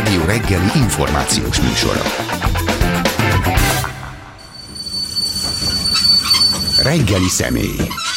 Rádió reggeli információs műsora. Reggeli személy.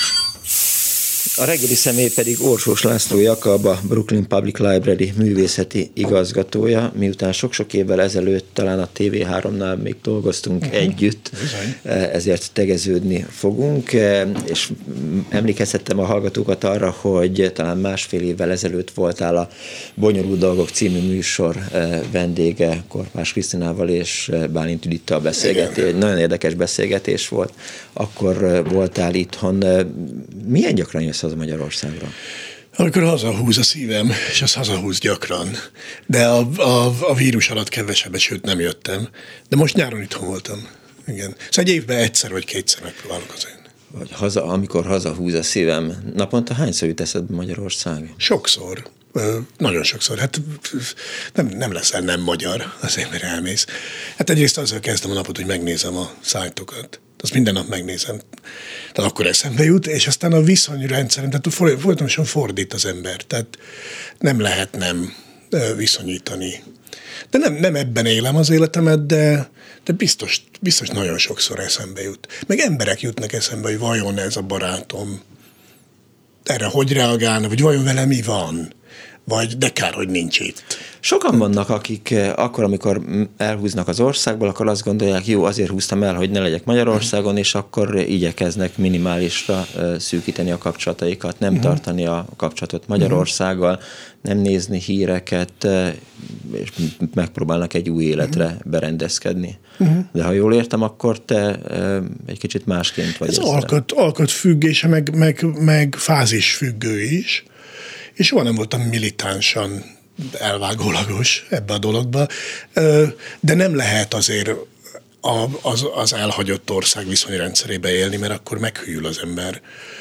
A reggeli személy pedig Orsós László Jakab, a Brooklyn Public Library művészeti igazgatója, miután sok-sok évvel ezelőtt talán a TV3-nál még dolgoztunk együtt, ezért tegeződni fogunk, és emlékeztettem a hallgatókat arra, hogy talán másfél évvel ezelőtt voltál a Bonyolult dolgok című műsor vendége Korpás Krisztinával és Bálint Judittal beszélgetés. Egy nagyon érdekes beszélgetés volt. Akkor voltál itthon. Milyen gyakran jössz haza Magyarországra? Amikor hazahúz a szívem, és az hazahúz gyakran. De a vírus alatt kevesebbet, sőt nem jöttem. De most nyáron itthon voltam. Igen. Szóval egy évben egyszer vagy kétszer megpróbálok hazajönni. Vagy amikor hazahúz a szívem, naponta hányszor jut eszedbe Magyarország? Sokszor. Nagyon sokszor. Hát nem leszel nem magyar, azért mert elmész. Hát egyrészt azzal kezdem a napot, hogy megnézem a szájtokat. Azt minden nap megnézem. Tehát akkor eszembe jut, és aztán a viszonyrendszerem, tehát folyamatosan fordít az ember. Tehát nem lehet nem viszonyítani. De nem ebben élem az életemet, de biztos nagyon sokszor eszembe jut. Meg emberek jutnak eszembe, hogy vajon ez a barátom erre hogy reagálna, vagy vajon vele mi van, vagy de kár, hogy nincs itt. Sokan vannak, akik akkor, amikor elhúznak az országból, akkor azt gondolják, jó, azért húztam el, hogy ne legyek Magyarországon, és akkor igyekeznek minimálisra szűkíteni a kapcsolataikat, nem tartani a kapcsolatot Magyarországgal, nem nézni híreket, és megpróbálnak egy új életre berendezkedni. De ha jól értem, akkor te egy kicsit másként vagy. Ez alkatfüggése, meg fázisfüggő is. És soha nem voltam militánsan elvágólagos ebbe a dologba, de nem lehet azért az elhagyott ország viszonyrendszerébe élni, mert akkor meghűl az ember.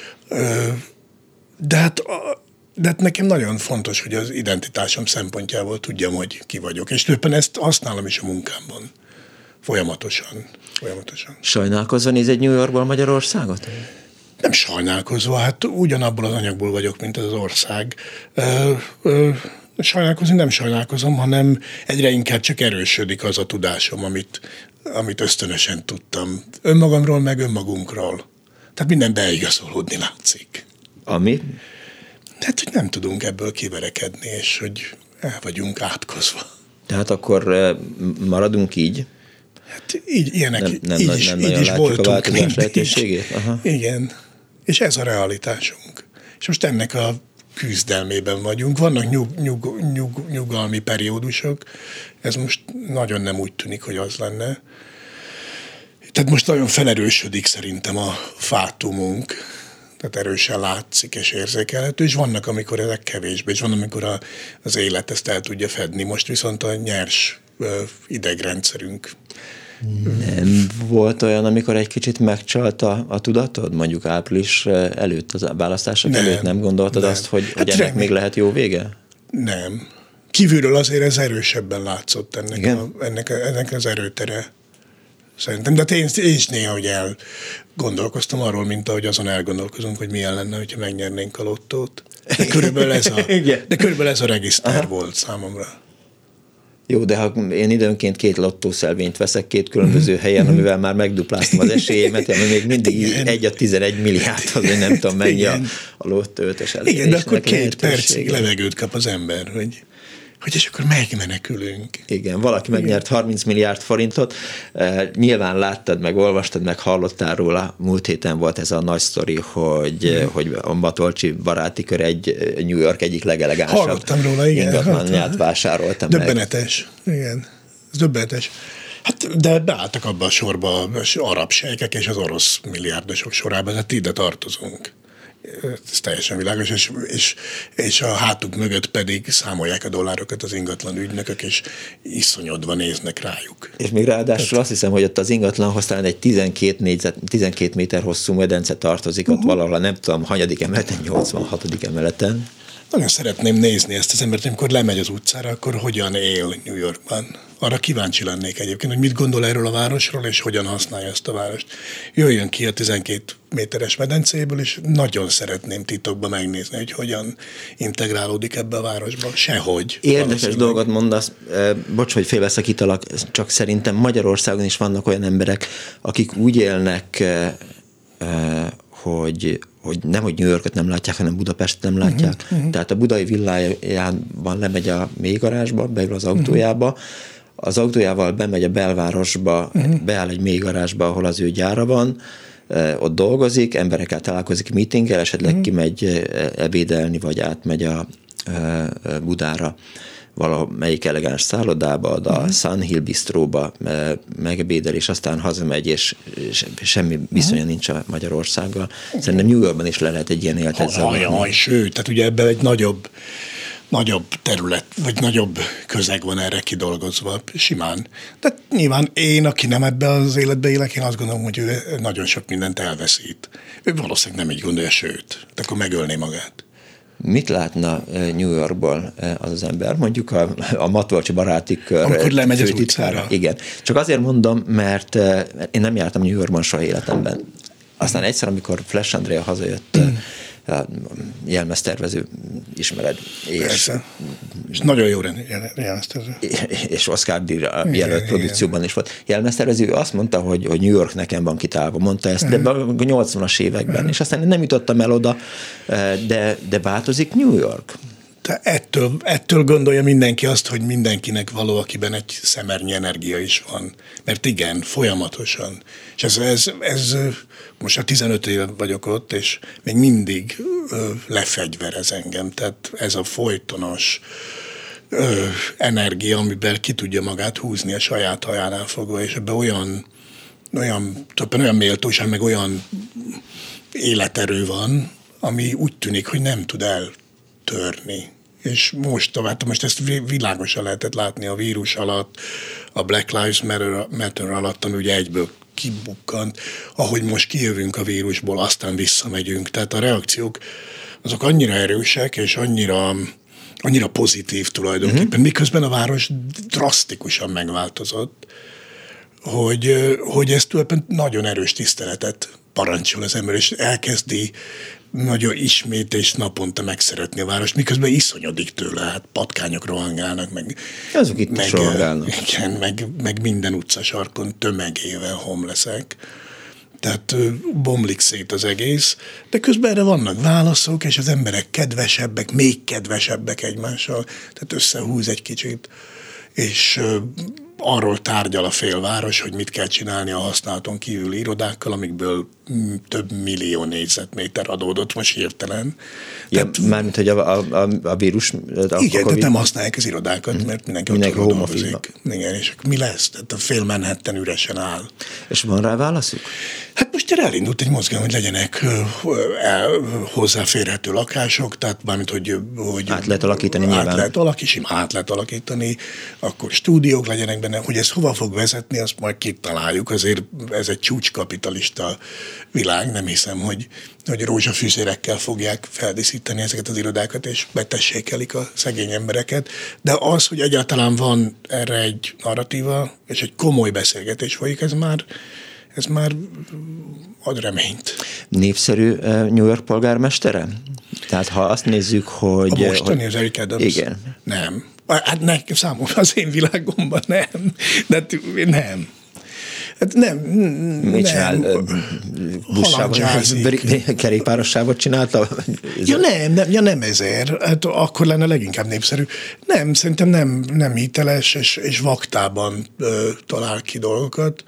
De hát nekem nagyon fontos, hogy az identitásom szempontjából tudjam, hogy ki vagyok. És tulajdonképpen ezt használom is a munkámban. Folyamatosan. Sajnálkozva néz egy New Yorkból Magyarországot? Nem sajnálkozva, hát ugyanabból az anyagból vagyok, mint az ország. Sajnálkozni nem sajnálkozom, hanem egyre inkább csak erősödik az a tudásom, amit ösztönösen tudtam. Önmagamról, meg önmagunkról. Tehát minden beigazolódni látszik. Ami? Hát, hogy nem tudunk ebből kiverekedni, és hogy el vagyunk átkozva. Tehát akkor maradunk így? Hát így, ilyenek, nem így nagyon is látjuk voltunk a változás lehetőségét? Aha. Igen. És ez a realitásunk. És most ennek a küzdelmében vagyunk. Vannak nyugalmi periódusok. Ez most nagyon nem úgy tűnik, hogy az lenne. Tehát most nagyon felerősödik szerintem a fátumunk. Tehát erősen látszik és érzékelhető, és vannak, amikor ezek kevésbé, és van, amikor az élet ezt el tudja fedni. Most viszont a nyers idegrendszerünk. Nem volt olyan, amikor egy kicsit megcsalta a tudatod, mondjuk április előtt, az választások előtt? Nem gondoltad azt, hogy ennek még lehet jó vége? Nem. Kívülről azért ez erősebben látszott ennek az erőtere. Szerintem, de hát én is néha, hogy elgondolkoztam arról, mint ahogy azon elgondolkozunk, hogy milyen lenne, hogyha megnyernénk a lottót. De körülbelül ez a regiszter volt számomra. Jó, de ha én időnként 2 lottószelvényt veszek 2 különböző helyen, amivel már megdupláztam az esélyeimet, ami még mindig 1 a 11 milliárdhoz, hogy nem tudom mennyi a lottó 5-ös elég. Igen, de akkor 2 percig levegőt kap az ember, hogy és akkor megmenekülünk. Igen, valaki megnyert 30 milliárd forintot. Nyilván láttad, meg olvastad, meg hallottál róla. Múlt héten volt ez a nagy sztori, hogy a Matolcsi baráti kör egy New York egyik legelegánsabb. Hallottam róla, igen. Ingatlanját vásároltam meg. Döbbenetes, igen. Ez döbbenetes. Hát, de beálltak abba a sorba az arab sejkek és az orosz milliárdosok sorába, tehát ide tartozunk. Ez teljesen világos, és a hátuk mögött pedig számolják a dollárokat az ingatlan ügynökök, és iszonyodva néznek rájuk. És még ráadásul azt hiszem, hogy ott az ingatlanhoz talán egy 12 méter hosszú medence tartozik, ott valahol nem tudom, hanyadik emeleten, 86. emeleten. Nagyon szeretném nézni ezt az embert, amikor lemegy az utcára, akkor hogyan él New Yorkban. Arra kíváncsi lennék egyébként, hogy mit gondol erről a városról, és hogyan használja ezt a várost. Jöjjön ki a 12 méteres medencéből, és nagyon szeretném titokban megnézni, hogy hogyan integrálódik ebbe a városba. Sehogy. Érdekes dolgot mondasz, bocs, hogy félbeszakítalak, csak szerintem Magyarországon is vannak olyan emberek, akik úgy élnek, hogy nemhogy New Yorkot nem látják, hanem Budapestet nem látják. Tehát a budai villájában lemegy a mélygarázsba, beül az autójába, az autójával bemegy a belvárosba, beáll egy mélygarázsba, ahol az ő gyára van, ott dolgozik, emberekkel találkozik meetinggel, esetleg kimegy ebédelni, vagy átmegy a Budára valamelyik elegáns szállodába, a Sun Hill Bistróba megebédel, és aztán hazamegy, és semmi viszonya nincs a Magyarországgal. Szerintem New Yorkban is le lehet egy ilyen életet zavarni. Sőt, tehát ugye ebben egy nagyobb terület, vagy nagyobb közeg van erre kidolgozva, simán. De nyilván én, aki nem ebbe az életbe élek, én azt gondolom, hogy ő nagyon sok mindent elveszít. Ő valószínűleg nem így gondolja, sőt, de akkor megölné magát. Mit látna New Yorkból az ember? Mondjuk a Matolcsi baráti kör. Amikor lemegy az utcára. Igen. Csak azért mondom, mert én nem jártam New Yorkban soha életemben. Aztán egyszer, amikor Flash Andrea hazajött, jelmeztervező, ismered. És nagyon jó jelmeztervező. És Oscar-díjra jelölt produkcióban is volt. Jelmeztervező azt mondta, hogy New York nekem van kitálva. Mondta ezt, de a 80-as években. És aztán nem jutottam el oda, de változik New York. De ettől gondolja mindenki azt, hogy mindenkinek való, akiben egy szemernyi energia is van. Mert igen, folyamatosan. És ez most a 15 éve vagyok ott, és még mindig lefegyverez engem. Tehát ez a folytonos energia, amiben ki tudja magát húzni a saját hajánál fogva, és ebben olyan méltóság, meg olyan életerő van, ami úgy tűnik, hogy nem tud eltörni. És most ezt világosan lehetett látni a vírus alatt, a Black Lives Matter alatt, ami ugye egyből kibukkant, ahogy most kijövünk a vírusból, aztán visszamegyünk. Tehát a reakciók azok annyira erősek, és annyira pozitív tulajdonképpen, miközben a város drasztikusan megváltozott, hogy ez tulajdonképpen nagyon erős tiszteletet parancsol az ember, és elkezdi nagyon ismét és naponta megszeretni a várost, miközben iszonyodik tőle, hát patkányok rohangálnak, meg... Azok itt is rohangálnak. Igen, meg minden utcasarkon tömegével homelessek. Tehát bomlik szét az egész, de közben erre vannak válaszok, és az emberek kedvesebbek, még kedvesebbek egymással, tehát összehúz egy kicsit, és arról tárgyal a félváros, hogy mit kell csinálni a használaton kívüli irodákkal, amikből több millió négyzetméter adódott most hirtelen. Ja, mármint, hogy a vírus... Igen, tehát nem használják az irodákat, mert mindenki home office-zik. Igen, és mi lesz? Tehát a fél Manhattan üresen áll. És van rá válaszuk? Hát most erre elindult egy mozgalom, hogy legyenek hozzáférhető lakások, tehát mármint, hogy át lehet alakítani nyilván. Át lehet alakítani, akkor stúdiók legyenek benne, hogy ez hova fog vezetni, azt majd kitaláljuk. Azért ez egy csúcskapitalista világ, nem hiszem, hogy rózsafűzérekkel fogják feldíszíteni ezeket az irodákat, és betessékelik a szegény embereket. De az, hogy egyáltalán van erre egy narratíva, és egy komoly beszélgetés folyik, ez már ad reményt. Népszerű New York polgármestere? Tehát ha azt nézzük, hogy... A mostani, az Eric Adams? Igen. Nem. Hát nekem számomra az én világomban nem. De nem. Hát nem. Mit csinál? Kerékpárossávot csinálta? Ja nem ezért. Hát akkor lenne leginkább népszerű. Nem, szerintem nem hiteles, és vaktában talál ki dolgokat.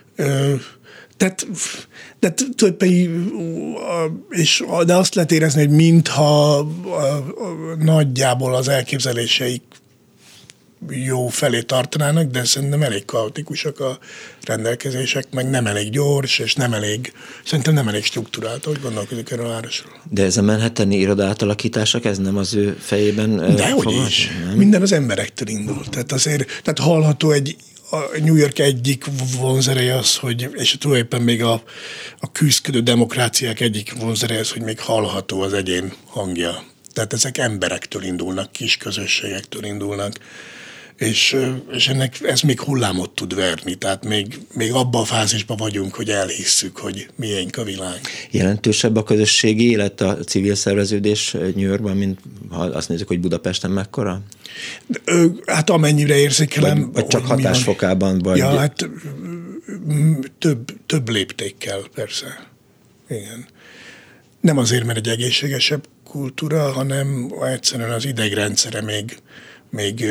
De azt lehet érezni, hogy mintha nagyjából az elképzeléseik jó felé tartanának, de szerintem elég kaotikusak a rendelkezések, meg nem elég gyors, és szerintem nem elég struktúrált, hogy gondolkodik erről a városról. De ez a manhattani iroda átalakítások, ez nem az ő fejében? Dehogy is. Nem? Minden az emberektől indul. Tehát hallható a New York egyik vonzereje az, és tulajdonképpen még a küzdködő demokráciák egyik vonzereje az, hogy még hallható az egyén hangja. Tehát ezek emberektől indulnak, kis közösségektől indulnak, és ennek ez még hullámot tud verni, tehát még abban a fázisban vagyunk, hogy elhisszük, hogy miénk a világ. Jelentősebb a közösségi élet, a civil szerveződés New Yorkban, mint ha azt nézzük, hogy Budapesten mekkora? Hát amennyire érzékelem. Vagy csak hatásfokában? Vagy... Ja, hát több léptékkel, persze. Igen. Nem azért, mert egy egészségesebb kultúra, hanem egyszerűen az idegrendszere még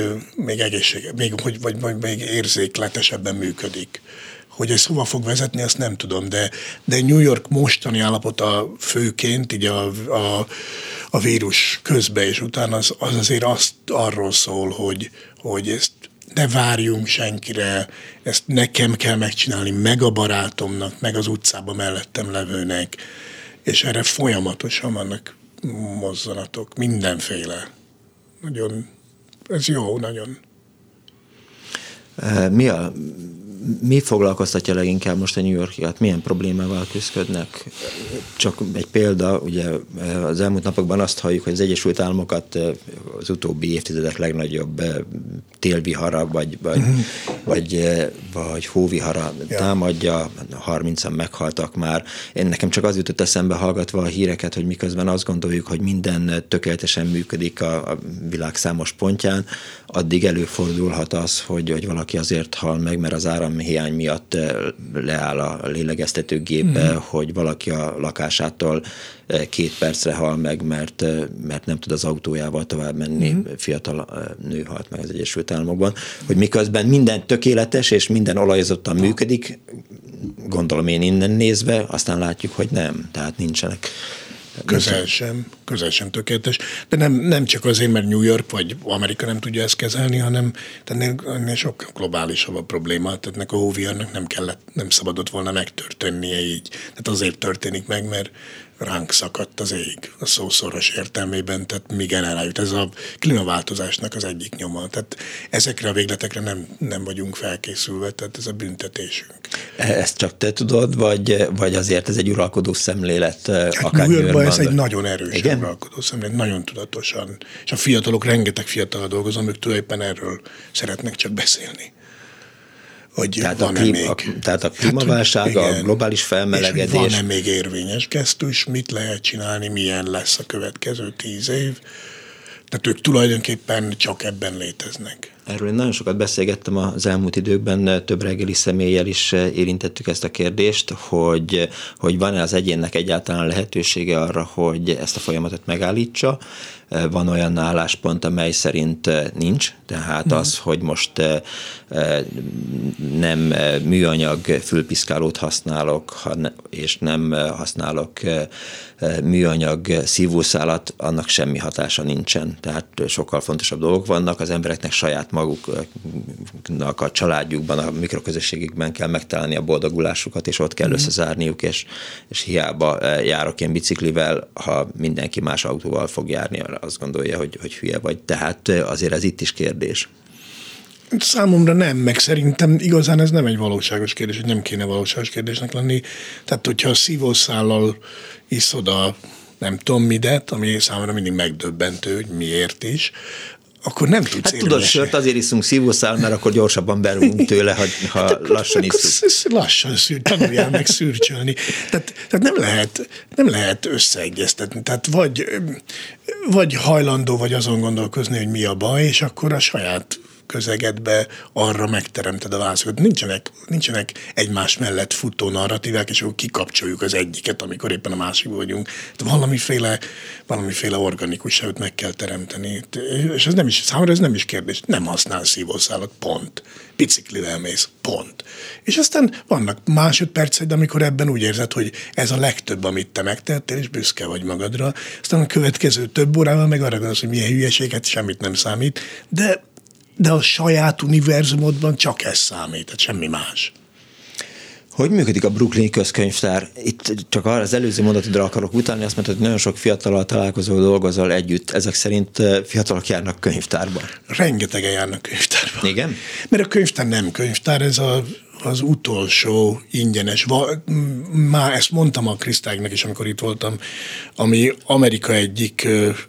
még érzékletesebben működik. Hogy ez hova fog vezetni, azt nem tudom, de New York mostani állapota főként, így a vírus közben és utána az azért arról szól, hogy ezt ne várjunk senkire, ezt nekem kell megcsinálni, meg a barátomnak, meg az utcában mellettem levőnek, és erre folyamatosan vannak mozzanatok, mindenféle. Nagyon, ez jó, nagyon. Mi foglalkoztatja leginkább most a New Yorkiat? Milyen problémával küzdködnek? Csak egy példa, ugye az elmúlt napokban azt halljuk, hogy az Egyesült Államokat az utóbbi évtizedek legnagyobb télvihara, vagy hóvihara támadja, 30-an meghaltak már. Én nekem csak az jutott eszembe hallgatva a híreket, hogy miközben azt gondoljuk, hogy minden tökéletesen működik a világ számos pontján, addig előfordulhat az, hogy valaki azért hal meg, mert az áramhiány miatt leáll a lélegeztetőgépe, hogy valaki a lakásától 2 percre hal meg, mert nem tud az autójával tovább menni. Fiatal nő halt meg az Egyesült Államokban. Hogy miközben minden tökéletes és minden olajozottan működik, gondolom én innen nézve, aztán látjuk, hogy nem. Tehát nincsenek. Közel sem tökéletes. De nem csak azért, mert New York vagy Amerika nem tudja ezt kezelni, hanem ennél sok globálisabb a probléma. Tehát ennek a hóviharnak nem szabadott volna megtörténnie így. Tehát azért történik meg, mert ránk szakadt az ég, a szó szoros értelmében, tehát mi generáljuk. Ez a klímaváltozásnak az egyik nyoma. Tehát ezekre a végletekre nem vagyunk felkészülve, tehát ez a büntetésünk. Ezt csak te tudod, vagy azért ez egy uralkodó szemlélet? Hát New Yorkban ez egy nagyon erős uralkodó szemlélet, nagyon tudatosan. És a fiatalok, rengeteg fiatal dolgozom, ők tulajdonképpen erről szeretnek csak beszélni. Tehát a klímaválság, a globális felmelegedés. Van-e még érvényes gesztus, mit lehet csinálni, milyen lesz a következő 10 év. Tehát ők tulajdonképpen csak ebben léteznek. Erről én nagyon sokat beszélgettem az elmúlt időkben, több reggeli személlyel is érintettük ezt a kérdést, hogy van-e az egyénnek egyáltalán lehetősége arra, hogy ezt a folyamatot megállítsa. Van olyan álláspont, amely szerint nincs, tehát az, hogy most nem műanyag fülpiszkálót használok, és nem használok műanyag szívószálat, annak semmi hatása nincsen. Tehát sokkal fontosabb dolgok vannak, az embereknek saját maguknak a családjukban, a mikroközösségükben kell megtalálni a boldogulásukat, és ott kell összezárniuk, és hiába járok én biciklivel, ha mindenki más autóval fog járni, azt gondolja, hogy hülye vagy. Tehát azért ez itt is kérdés. Számomra nem, meg szerintem igazán ez nem egy valóságos kérdés, hogy nem kéne valóságos kérdésnek lenni. Tehát, hogyha a szívószállal iszod a nem tudom midet, ami számomra mindig megdöbbentő, hogy miért is, akkor nem tudsz érvényesíteni. Tudod, sört azért iszunk szívószál, mert akkor gyorsabban berúgunk tőle, ha lassan iszunk. Lassan tanuljál meg szürcsölni. Tehát nem lehet összeegyeztetni. Tehát vagy hajlandó vagy azon gondolkozni, hogy mi a baj, és akkor a saját közegedbe arra megteremted a válaszokat. Nincsenek egymás mellett futó narratívák, és akkor kikapcsoljuk az egyiket, amikor éppen a másikban vagyunk. Valamiféle organikusságot meg kell teremteni. És számomra ez nem is kérdés. Nem használ szívószálat, pont. Biciklivel mész, pont. És aztán vannak másodpercek, amikor ebben úgy érzed, hogy ez a legtöbb, amit te megtettél, és büszke vagy magadra. Aztán a következő több órával meg arra gondolsz, hogy milyen hülyeséget, semmit nem számít, de a saját univerzumodban csak ez számít, tehát semmi más. Hogy működik a Brooklyni közkönyvtár? Itt csak az előző mondatodra akarok utalni, azt mondtad, hogy nagyon sok fiatallal találkozol, dolgozol együtt. Ezek szerint fiatalok járnak könyvtárba? Rengetegen járnak könyvtárba. Igen? Mert a könyvtár nem könyvtár, ez az utolsó ingyenes, már ezt mondtam a Krisztágnak is, amikor itt voltam, ami Amerika egyik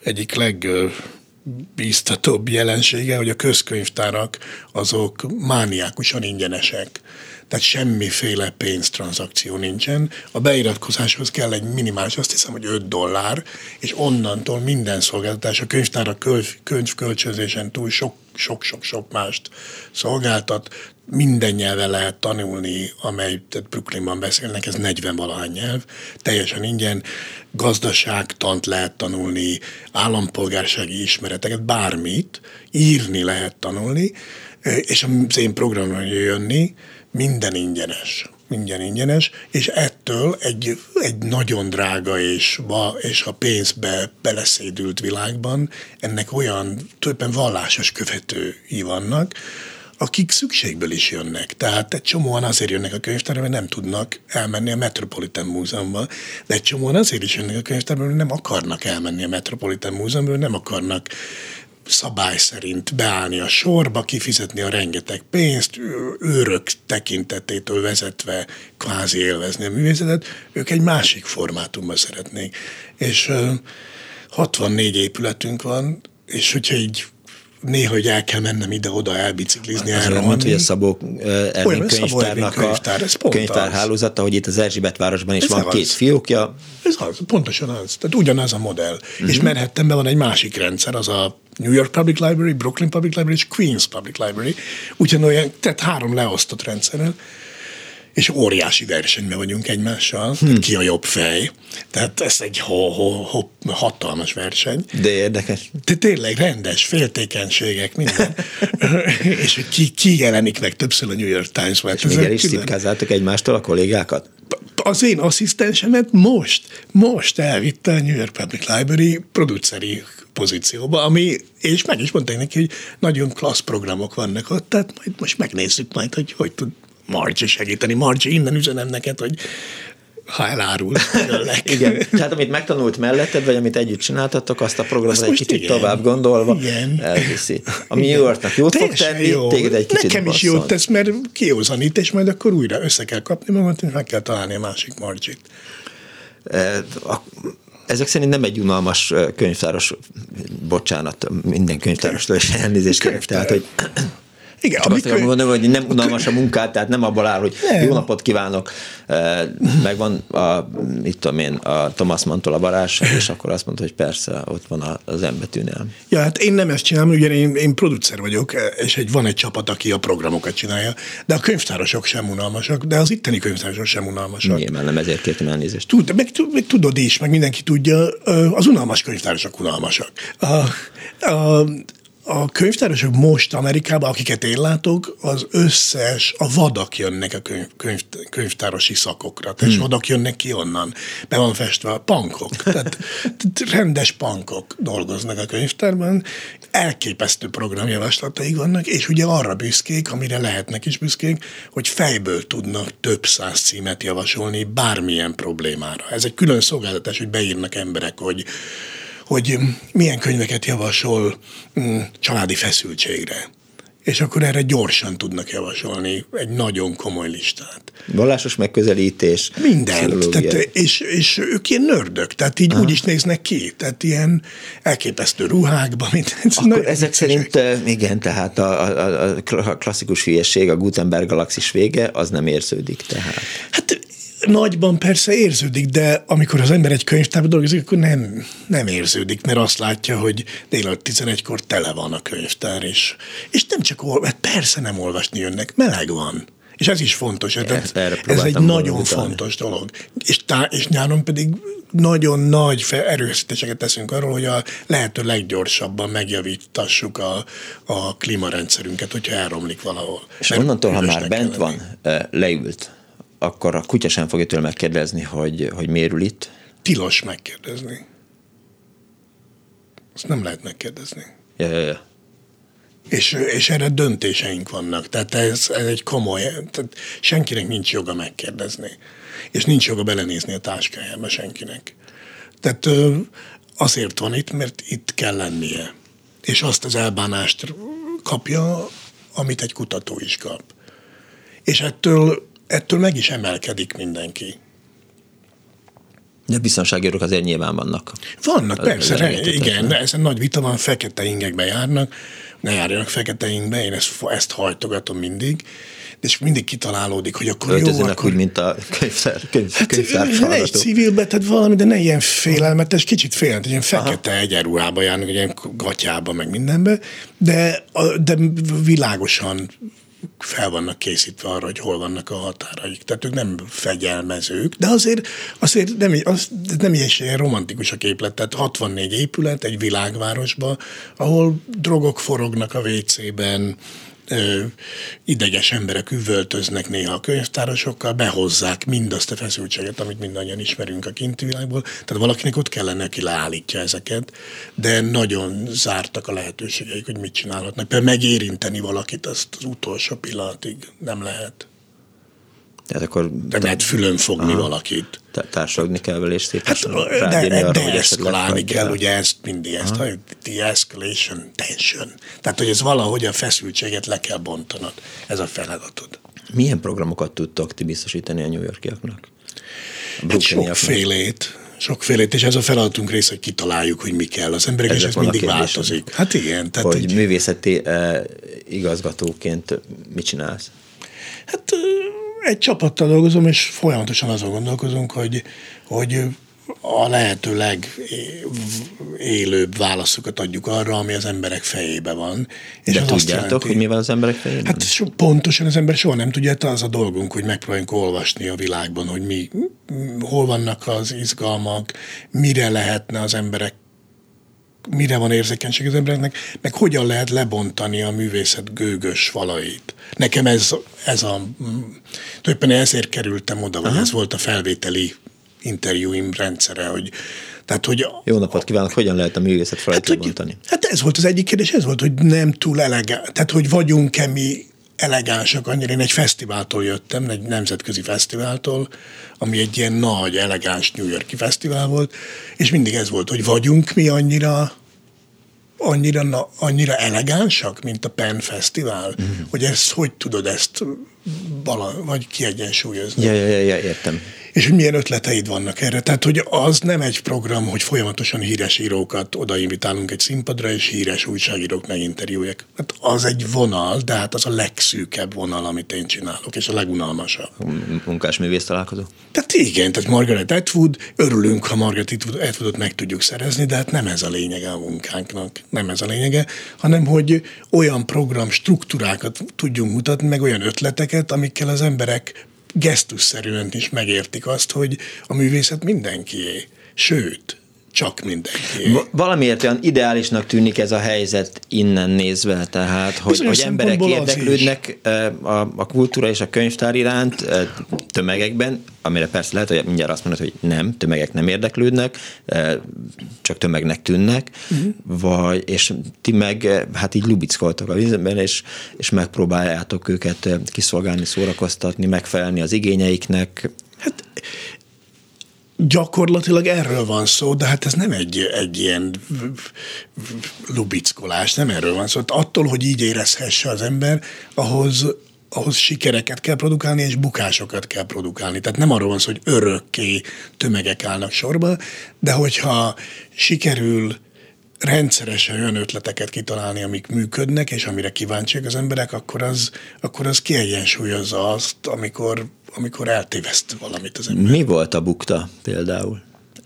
legbíztatóbb jelensége, hogy a közkönyvtárak azok mániákusan ingyenesek. Tehát semmiféle pénztranszakció nincsen. A beiratkozáshoz kell egy minimális, azt hiszem, hogy $5, és onnantól minden szolgáltatás, a könyvtárak könyvkölcsönzésen túl sok mást szolgáltat, minden nyelven lehet tanulni, amely tehát Brooklynban beszélnek, ez 40-valahány nyelv, teljesen ingyen, gazdaságtant lehet tanulni, állampolgársági ismereteket, bármit, írni lehet tanulni, és az én programra jönni, minden ingyenes, és ettől egy nagyon drága és a pénzbe beleszédült világban ennek olyan tulajdonképpen vallásos követői vannak, akik szükségből is jönnek. Tehát egy csomóan azért jönnek a könyvtárba, mert nem tudnak elmenni a Metropolitan Múzeumba, de egy csomóan azért is jönnek a könyvtárba, mert nem akarnak elmenni a Metropolitan Múzeumba, nem akarnak szabály szerint beállni a sorba, kifizetni a rengeteg pénzt, őrök tekintetétől vezetve kvázi élvezni a művészetet, ők egy másik formátumban szeretnék. És 64 épületünk van, és hogyha így néha, hogy el kell mennem ide-oda elbiciklizni, elrohanni. Mondta, hogy a Szabó Ervin könyvtárnak a könyvtárhálózata, hogy itt az Erzsébetvárosban is ez van 2 fiókja. Ez az, pontosan az. Tehát ugyanaz a modell. És Manhattanben van egy másik rendszer, az a New York Public Library, Brooklyn Public Library és Queens Public Library. Ugyanolyan, tehát 3 leosztott rendszerrel, és óriási versenyben vagyunk egymással, ki a jobb fej. Tehát ez egy hatalmas verseny. De érdekes. De tényleg rendes, féltékenységek, minden. És hogy ki jelenik meg többször a New York Times-ban. És még el is szipkázáltak egymástól a kollégákat? Az én asszisztensemet most elvitte a New York Public Library produceri pozícióba, és meg is mondták neki, hogy nagyon klassz programok vannak ott, tehát majd most megnézzük majd, hogy tud Margie segíteni. Margie, innen üzenem neked, hogy ha elárul. Igen, tehát amit megtanult melletted, vagy amit együtt csináltattok, azt a programot egy kicsit tovább gondolva elviszi. Ami New Yorknak jót fog tenni, téged egy kicsit nekem is jót tesz, mert kiózanít, és majd akkor újra össze kell kapni magam, és meg kell találni a másik Margie-t. Ezek szerint nem egy unalmas könyvtáros, bocsánat, minden könyvtárostól is elnézést kérek, tehát, hogy igen, csak azt akarom mondani, hogy nem unalmas a munkát, tehát nem abból áll, hogy jó napot kívánok, megvan a Thomas Mann-tól a varázs, és akkor azt mondta, hogy persze, ott van az M-betűnél. Ja, hát én nem ezt csinálom, ugye én producer vagyok, és van egy csapat, aki a programokat csinálja, de a könyvtárosok sem unalmasak, de az itteni könyvtárosok sem unalmasak. Nyilván nem, ezért kértem elnézést. Meg tudod is, meg mindenki tudja, az unalmas könyvtárosok unalmasak. A könyvtárosok most Amerikában, akiket én látok, az összes, a vadak jönnek a könyvtárosi szakokra. Tehát vadak jönnek ki onnan. Be van festve a punkok. Tehát rendes punkok dolgoznak a könyvtárban. Elképesztő programjavaslataik vannak, és ugye arra büszkék, amire lehetnek is büszkék, hogy fejből tudnak több 100 címet javasolni bármilyen problémára. Ez egy külön szolgáltatás, hogy beírnak emberek, hogy milyen könyveket javasol családi feszültségre. És akkor erre gyorsan tudnak javasolni egy nagyon komoly listát. Vallásos megközelítés. Mindent. Tehát, és ők ilyen nördök, tehát így úgy is néznek ki. Tehát ilyen elképesztő ruhákban. Akkor ezek szerint, igen, tehát a klasszikus hülyesség, a Gutenberg galaxis vége, az nem érződik tehát. Hát nagyban persze érződik, de amikor az ember egy könyvtárban dolgozik, akkor nem érződik, mert azt látja, hogy délelőtt 11-kor tele van a könyvtár, és nem csak persze nem olvasni jönnek, meleg van. És ez is fontos, ez egy nagyon fontos dolog. És nyáron pedig nagyon nagy erőfeszítéseket teszünk arról, hogy a lehető leggyorsabban megjavítassuk a klímarendszerünket, hogyha elromlik valahol. És onnantól, ha már bent van, leült, akkor a kutya sem fogja tőle megkérdezni, hogy miért ül itt? Tilos megkérdezni. Azt nem lehet megkérdezni. Ja. És erre döntéseink vannak. Tehát ez egy komoly, tehát senkinek nincs joga megkérdezni. És nincs joga belenézni a táskájába senkinek. Tehát azért van itt, mert itt kell lennie. És azt az elbánást kapja, amit egy kutató is kap. és ettől meg is emelkedik mindenki. De biztonsági őrök azért nyilván vannak. Vannak, persze, igen, de ezen nagy vita van, fekete ingekbe járnak, ne járjanak fekete ingbe, én ezt hajtogatom mindig, és mindig kitalálódik, hogy akkor öltözőnek jó, akkor... úgy, mint a könyvtárs ne egy civilbe, tehát valami, de ne ilyen félelmetes, kicsit félelmetes, ilyen fekete egyenruhába járnak, ilyen gatyába, meg mindenbe, de világosan fel vannak készítve arra, hogy hol vannak a határaik. Tehát ők nem fegyelmezők, de azért nem is ilyen romantikus a képlet. Tehát 64 épület egy világvárosban, ahol drogok forognak a WC-ben, ideges emberek üvöltöznek néha a könyvtárosokkal, behozzák mindazt a feszültséget, amit mindannyian ismerünk a kinti világból. Tehát valakinek ott kellene, aki leállítja ezeket, de nagyon zártak a lehetőségeik, hogy mit csinálhatnak. Például megérinteni valakit, azt az utolsó pillanatig nem lehet. Tehát akkor de lehet fülön fogni valakit. Társadalmi kell vele, és szépen de eszkalálni kell, ugye ezt mindig, ezt a de-escalation, tension. Tehát, hogy ez valahogy a feszültséget le kell bontanod. Ez a feladatod. Milyen programokat tudtok ti biztosítani a New Yorkiaknak? Hát sokfélét, és ez a feladatunk része, hogy kitaláljuk, hogy mi kell. Az emberek, és ez mindig változik. Hát igen. Tehát hogy művészeti igazgatóként mit csinálsz? Hát egy csapattal dolgozom, és folyamatosan azon gondolkozunk, hogy a lehető legélőbb válaszokat adjuk arra, ami az emberek fejébe van. És de tudjátok, hogy mi van az emberek fejében? Hát pontosan az ember soha nem tudja, az a dolgunk, hogy megpróbáljunk olvasni a világban, hogy hol vannak az izgalmak, mire lehetne az emberek, mire van érzékenység az embereknek, meg hogyan lehet lebontani a művészet gőgös falait. Nekem tulajdonképpen ezért kerültem oda, vagy ez volt a felvételi interjúim rendszere, hogy jó napot kívánok, hogyan lehet a művészet falait lebontani? Hát ez volt az egyik kérdés, ez volt, hogy nem túl elegáns, tehát hogy vagyunk-e mi elegánsak annyira. Én egy fesztiváltól jöttem, egy nemzetközi fesztiváltól, ami egy ilyen nagy, elegáns New York-i fesztivál volt, és mindig ez volt, hogy vagyunk mi annyira elegánsak, mint a Penn Fesztivál, hogy hogy tudod ezt vagy kiegyensúlyozni. Ja, értem. És hogy milyen ötleteid vannak erre. Tehát, hogy az nem egy program, hogy folyamatosan híres írókat odainvitálunk egy színpadra, és híres újságírók meginterjújak. Hát az egy vonal, de hát az a legszűkebb vonal, amit én csinálok, és a legunalmasabb. Munkásművész találkozó? Tehát igen, tehát Margaret Atwood, örülünk, ha Margaret Atwoodot meg tudjuk szerezni, de hát nem ez a lényege a munkánknak, nem ez a lényege, hanem hogy olyan program struktúrákat tudjunk mutatni, meg olyan ötleteket, amikkel az emberek gesztusszerűen is megértik azt, hogy a művészet mindenkié, sőt, csak mindenkié. Valamiért olyan ideálisnak tűnik ez a helyzet innen nézve, tehát, hogy emberek érdeklődnek a kultúra és a könyvtár iránt tömegekben, amire persze lehet, hogy mindjárt azt mondod, hogy nem, tömegek nem érdeklődnek, csak tömegnek tűnnek, és ti meg hát így lubickoltok a vízben, és megpróbáljátok őket kiszolgálni, szórakoztatni, megfelelni az igényeiknek. Hát gyakorlatilag erről van szó, de hát ez nem egy ilyen lubickolás, nem erről van szó. Attól, hogy így érezhesse az ember, ahhoz sikereket kell produkálni, és bukásokat kell produkálni. Tehát nem arról van szó, hogy örökké tömegek állnak sorba, de hogyha sikerül rendszeresen olyan ötleteket kitalálni, amik működnek, és amire kíváncsiak az emberek, akkor az kiegyensúlyozza azt, amikor eltéveszt valamit az ember. Mi volt a bukta például?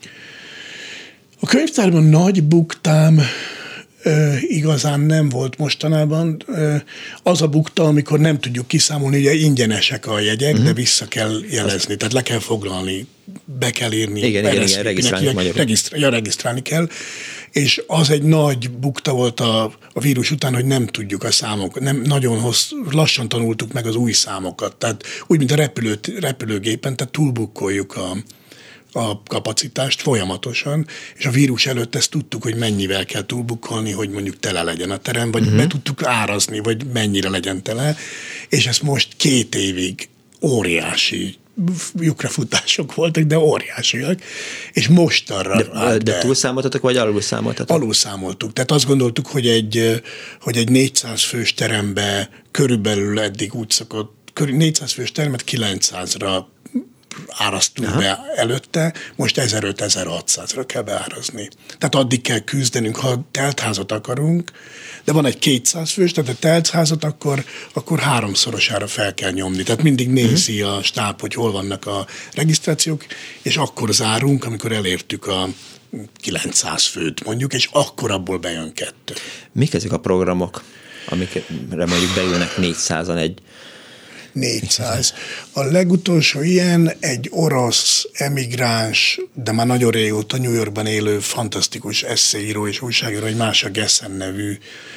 A könyvtárban nagy buktám igazán nem volt mostanában. Az a bukta, amikor nem tudjuk kiszámolni, ugye ingyenesek a jegyek, de vissza kell jelezni, tehát le kell foglalni, be kell írni. Igen, regisztrálni kell. És az egy nagy bukta volt a vírus után, hogy nem tudjuk a számokat, nem nagyon lassan tanultuk meg az új számokat. Tehát úgy, mint a repülőgépen, tehát túlbukkoljuk a kapacitást folyamatosan, és a vírus előtt ezt tudtuk, hogy mennyivel kell túlbukkolni, hogy mondjuk tele legyen a terem, vagy be tudtuk árazni, vagy mennyire legyen tele, és ez most 2 évig óriási lyukrafutások voltak, de óriásiak, és mostanra de túlszámoltatok, vagy alulszámoltatok? Alulszámoltuk. Tehát azt gondoltuk, hogy egy 400 fős terembe körülbelül eddig úgy szokott 400 fős termet 900-ra árasztunk be előtte, most 1500-1600-ra kell beárazni. Tehát addig kell küzdenünk, ha teltházat akarunk, de van egy 200 fős, tehát a teltházat akkor háromszorosára fel kell nyomni. Tehát mindig nézi a stáb, hogy hol vannak a regisztrációk, és akkor zárunk, amikor elértük a 900 főt mondjuk, és akkor abból bejön 2. Mik ezek a programok, amikre mondjuk beülnek 400-an egy 400. A legutolsó ilyen egy orosz emigráns, de már nagyon régóta New Yorkban élő fantasztikus esszéíró és újságíró, egy Masha Gessen nevű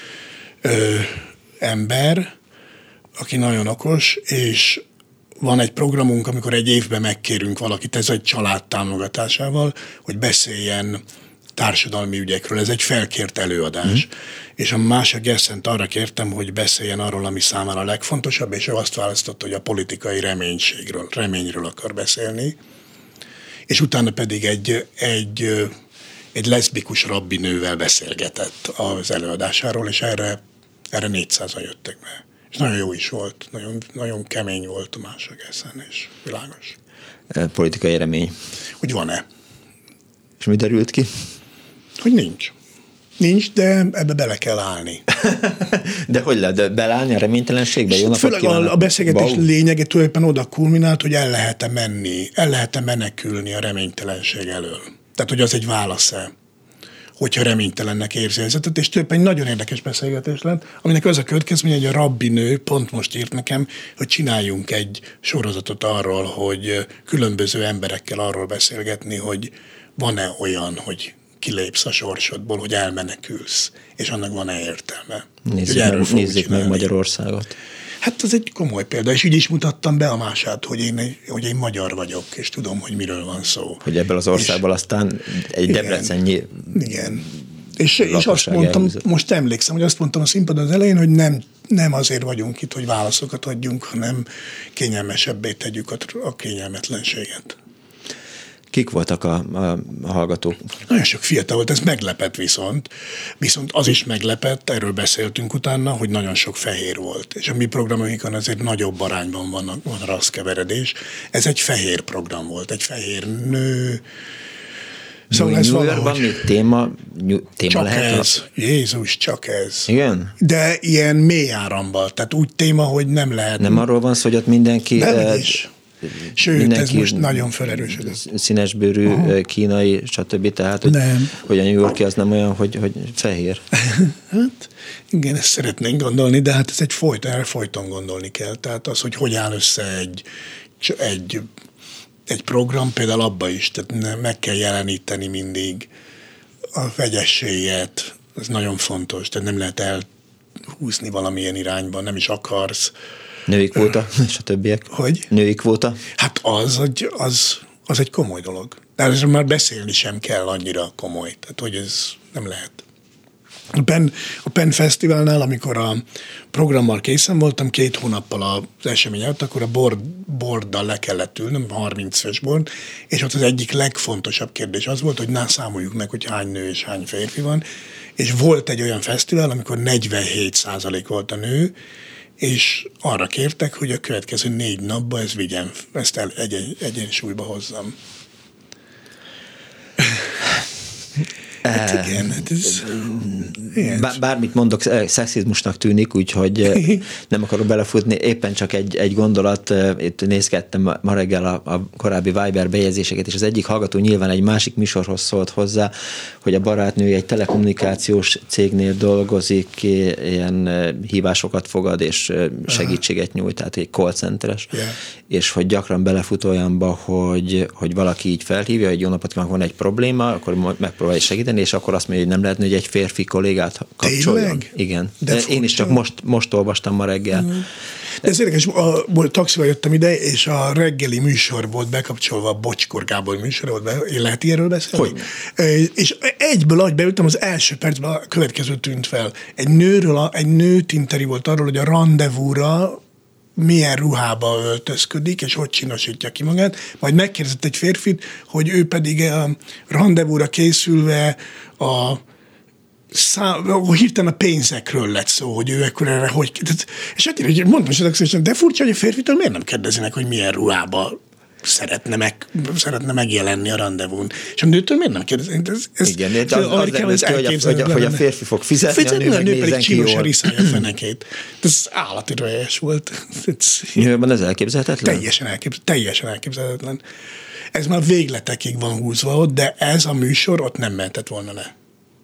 ember, aki nagyon okos, és van egy programunk, amikor egy évben megkérünk valakit, ez egy család támogatásával, hogy beszéljen társadalmi ügyekről. Ez egy felkért előadás. És a Masha Gessent arra kértem, hogy beszéljen arról, ami számára a legfontosabb, és ő azt választotta, hogy a politikai reményről akar beszélni. És utána pedig egy leszbikus rabbinővel beszélgetett az előadásáról, és erre 400-an jöttek be. És nagyon jó is volt, nagyon, nagyon kemény volt a Masha Gessen, és világos. Politikai remény. Hogy van-e? És mi derült ki? Hogy nincs. Nincs, de ebbe bele kell állni. De hogy lehet beleállni a reménytelenségbe? Jó napot főleg kívánok. a beszélgetés lényege tulajdonképpen oda kulminált, hogy el lehet-e menni, el lehet-e menekülni a reménytelenség elől. Tehát, hogy az egy válasz-e, hogyha reménytelennek érzi helyzetet, és tulajdonképpen egy nagyon érdekes beszélgetés lett, aminek az a következménye, hogy a rabbinő pont most írt nekem, hogy csináljunk egy sorozatot arról, hogy különböző emberekkel arról beszélgetni, hogy van-e olyan, hogy kilépsz a sorsodból, hogy elmenekülsz, és annak van-e értelme. Nézzék meg Magyarországot. Hát ez egy komoly példa, és így is mutattam be a Mását, hogy én magyar vagyok, és tudom, hogy miről van szó. Hogy ebből az országból aztán egy debrecennyi... Igen. És azt mondtam, most emlékszem, hogy azt mondtam a színpadon az elején, hogy nem azért vagyunk itt, hogy válaszokat adjunk, hanem kényelmesebbé tegyük a kényelmetlenséget. Kik voltak a hallgatók? Nagyon sok fiatal volt, ez meglepett viszont az is meglepett, erről beszéltünk utána, hogy nagyon sok fehér volt. És a mi programunkon azért nagyobb arányban van rasszkeveredés. Ez egy fehér program volt, egy fehér nő. Szóval ez New Yorkban még téma csak lehet? Ez. Jézus, csak ez. Igen? De ilyen mély áramban, tehát úgy téma, hogy nem lehet. Nem arról van szó, hogy ott mindenki... Nem is. Sőt, ez most nagyon felerősödött. Színesbőrű, kínai, stb. Tehát, hogy a New York-i az nem olyan, hogy fehér. Hát, igen, ezt szeretnénk gondolni, de hát ez erre folyton gondolni kell. Tehát az, hogy áll össze egy program, például abba is, tehát meg kell jeleníteni mindig a vegyességet, ez nagyon fontos, tehát nem lehet elhúzni valamilyen irányba, nem is akarsz. Női kvóta, és a többiek? Hogy? Női kvóta? Hát az egy komoly dolog. De ezzel már beszélni sem kell annyira komoly. Tehát, hogy ez nem lehet. A Penn Fesztiválnál, amikor a programmal készen voltam, 2 hónappal az esemény előtt, akkor a borddal le kellett ülnöm, 30 fős bord, és ott az egyik legfontosabb kérdés az volt, hogy számoljuk meg, hogy hány nő és hány férfi van, és volt egy olyan fesztivál, amikor 47% volt a nő, és arra kértek, hogy a következő 4 napban ezt egyensúlyba hozzam. Hát igen, hát ez... Bármit mondok, szexizmusnak tűnik, úgyhogy nem akarok belefutni. Éppen csak egy gondolat, itt nézgettem ma reggel a korábbi Viber bejegyzéseket, és az egyik hallgató nyilván egy másik műsorhoz szólt hozzá, hogy a barátnője egy telekommunikációs cégnél dolgozik, ilyen hívásokat fogad, és segítséget nyújt, tehát egy call centeres, és hogy gyakran belefut olyanba, hogy valaki így felhívja, hogy jó napot kívánok, van egy probléma, akkor megpróbálja segíteni, és akkor azt mondja, hogy nem lehetne, hogy egy férfi kollégát kapcsoljon. Tényleg? Igen. De én is csak most olvastam ma reggel. De ez érdekes, taxival jöttem ide, és a reggeli műsor volt bekapcsolva, a Bocskor Gábor műsor volt, lehet ilyenről beszélni? Hogy? És egyből, ahogy beültem, az első percben a következő tűnt fel. Egy nőt interjúvolt arról, hogy a randevúra milyen ruhába öltözködik, és hogy csinosítja ki magát. Majd megkérdezett egy férfit, hogy ő pedig a randevúra készülve hirtelen a pénzekről lett szó, hogy ő ekkor erre hogy... És hát én mondom, de furcsa, hogy a férfitől miért nem kérdezinek, hogy milyen ruhába szeretne megjelenni a randevún. És a nőtől miért nem kérdezik? Igen, hogy a férfi fog fizetni, a nő pedig csínosan riszálja a fenekét. Ez állati rölyes volt. Nyilván ez elképzelhetetlen? Teljesen elképzelhetetlen. Ez már végletekig van húzva ott, de ez a műsor ott nem mehetett volna le.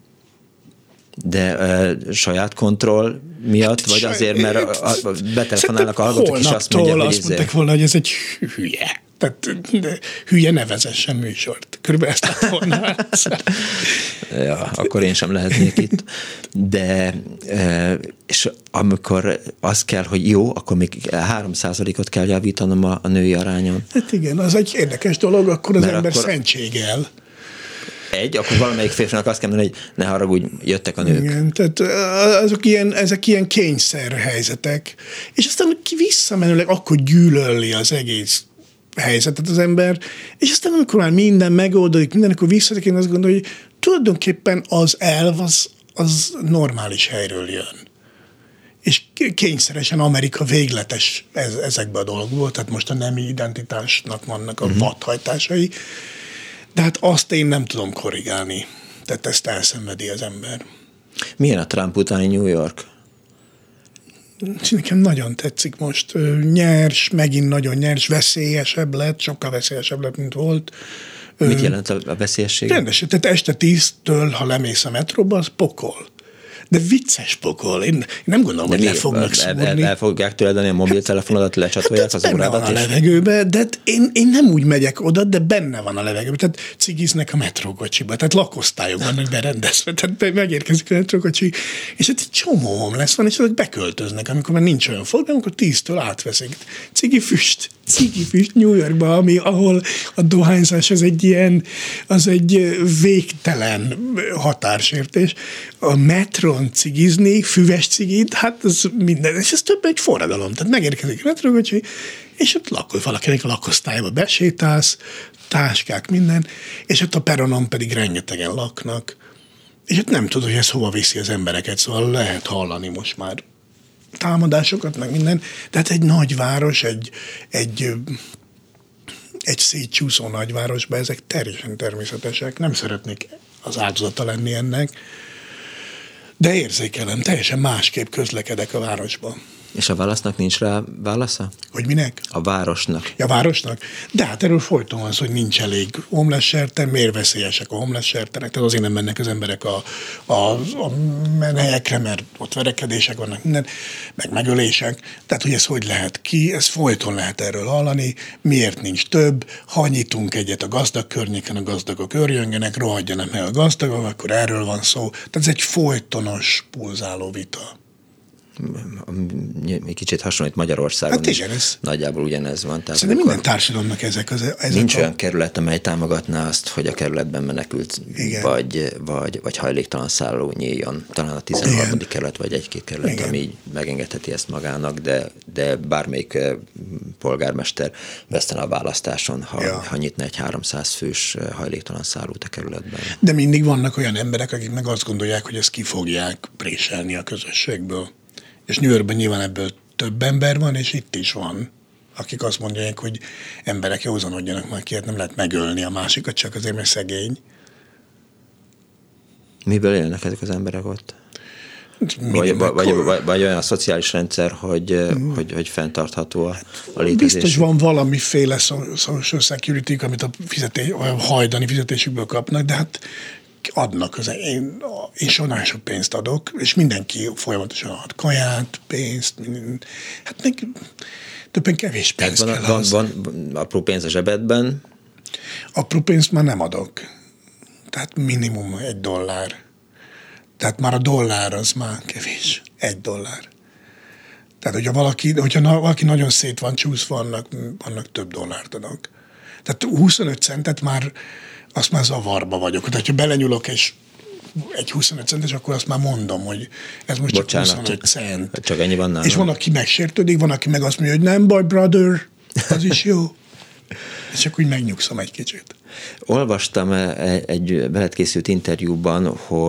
De saját kontroll miatt, vagy azért, mert betelefonálnak a hallgatók, és azt mondják, hogy azt mondták volna, hogy ez egy hülye. Tehát hülye ne vezessen műsort. Körülbelül ezt lett volna. Ja, akkor én sem lehetnék itt. De és amikor az kell, hogy jó, akkor még 3%-ot kell javítanom a női arányon. Hát igen, az egy érdekes dolog, akkor az ember szentségel. Akkor valamelyik férfinak azt kell mondani, hogy ne haragudj, jöttek a nők. Igen, tehát ezek ilyen kényszer helyzetek, és aztán visszamenőleg akkor gyűlöli az egész helyzetet az ember, és aztán amikor már minden megoldódik, akkor visszatek, én azt gondolom, hogy tulajdonképpen az elv az normális helyről jön. És kényszeresen Amerika végletes ezekben a dolgokból, tehát most a nemi identitásnak vannak a vadhajtásai, de hát azt én nem tudom korrigálni. Tehát ezt elszenvedi az ember. Milyen a Trump utáni New York? Nekem nagyon tetszik most. Nyers, megint nagyon nyers, veszélyesebb lett, sokkal veszélyesebb lett, mint volt. Mit jelent a veszélyesség? Rendesen, tehát este 10-től, ha lemész a metróba, az pokol. De vicces pokol. Én nem gondolom, hogy le fognak szúrni. El fogják tőled a mobiltelefonodat, lecsatolják az órádat. Benne van a levegőben, de én nem úgy megyek oda, de benne van a levegőben. Tehát cigiznek a metrókocsiba, tehát lakosztályok vannak berendezve, tehát megérkezik a metrókocsi, és hát egy csomó lesz van, és azok beköltöznek, amikor már nincs olyan forgalom, akkor 10-től átveszik. Cigifüst New Yorkba, ahol a dohányzás az egy végtelen határsértés. A metron cigizni, füves cigit, hát ez minden, és ez több egy forradalom. Tehát megérkezik a metrókocsi, és ott valakinek a lakosztályba besétálsz, táskák, minden, és ott a peronon pedig rengetegen laknak. És ott nem tudod, hogy ez hova viszi az embereket, szóval lehet hallani most már támadásokat, meg minden. Tehát egy nagyváros, egy szétcsúszó nagyvárosban ezek teljesen természetesek. Nem szeretnék az áldozata lenni ennek, de érzékelem, teljesen másképp közlekedek a városban. És a válasznak nincs rá válasza? Hogy minek? A városnak. Ja, városnak? De hát erről folyton az, hogy nincs elég homeless shelter, miért veszélyesek a homeless shelterek, tehát azért nem mennek az emberek a menhelyekre, mert ott verekedések vannak, minden, meg megölések. Tehát, hogy ez hogy lehet ki, ez folyton lehet erről hallani, miért nincs több, ha nyitunk egyet a gazdag környéken, a gazdagok örjöngenek, rohadjanak meg a gazdagok, akkor erről van szó. Tehát ez egy folytonos, pulzáló vita. Egy kicsit hasonlít Magyarországon. Hát igen, ez nagyjából ugyanez van. Szerintem minden társadalomnak ezek nincs olyan kerület, amely támogatná azt, hogy a kerületben menekült vagy hajléktalan szálló nyíljon. Talán a 13. kerület, vagy egy-két kerület, igen, ami így megengedheti ezt magának, de bármelyik polgármester vesztene a választáson, ha nyitna egy 300 fős hajléktalan szállót a kerületben. De mindig vannak olyan emberek, akik meg azt gondolják, hogy ezt ki fogják préselni a közösségből. És New Yorkban nyilván ebből több ember van, és itt is van, akik azt mondják, hogy emberek józanodjanak már ki, hát nem lehet megölni a másikat, csak azért, mert szegény. Miből élnek ezek az emberek ott? Vagy olyan a szociális rendszer, hogy fenntartható a létezés? Biztos van valamiféle social security, amit a hajdani fizetésükből kapnak, de hát adnak, én nagyon sok pénzt adok, és mindenki folyamatosan ad kaját, pénzt, hát meg többen kevés pénzt kell. Van apró pénz a zsebedben? Apró pénzt már nem adok. Tehát minimum $1. Tehát már a dollár az már kevés. $1. Tehát, hogyha valaki nagyon szét van csúszva, annak több dollárt adok. Tehát 25 centet már azt már zavarba vagyok. Tehát, ha belenyúlok és egy 25 centes, akkor azt már mondom, hogy ez most csak 25 cent. Csak ennyi van nálam. És van, aki megsértődik, van, aki meg azt mondja, hogy nem baj, brother, az is jó. És akkor úgy megnyugszom egy kicsit. Olvastam egy veled készült interjúban,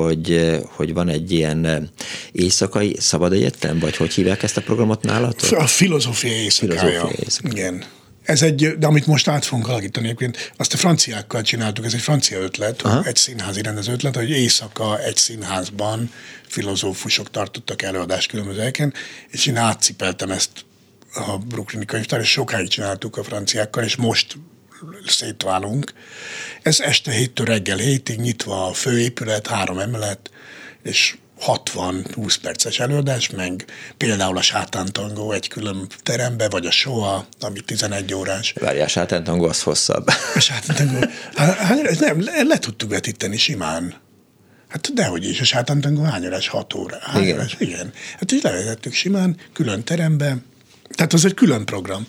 hogy van egy ilyen éjszakai szabad egyetem, vagy hogy hívják ezt a programot nálatok? A filozófia éjszakája. Igen. Ez de amit most át fogunk alakítani, azt a franciákkal csináltuk, ez egy francia ötlet, egy színházi rendező ötlet, hogy éjszaka egy színházban filozófusok tartottak előadást különböző helyeken, és én átcipeltem ezt a brooklyni könyvtár, és sokáig csináltuk a franciákkal, és most szétválunk. Ez este 7-től reggel 7-ig nyitva a főépület, 3 emelet, és 60-20 perces előadás, meg például a sátántangó egy külön terembe, vagy a Shoah, ami 11 órás. Várjál, a sátántangó az hosszabb. A sátántangó, hát nem, le tudtuk vetíteni simán. Hát dehogy is, a sátántangó hány órás? 6 óra. Igen. Hát így levezettük simán, külön terembe, tehát az egy külön program.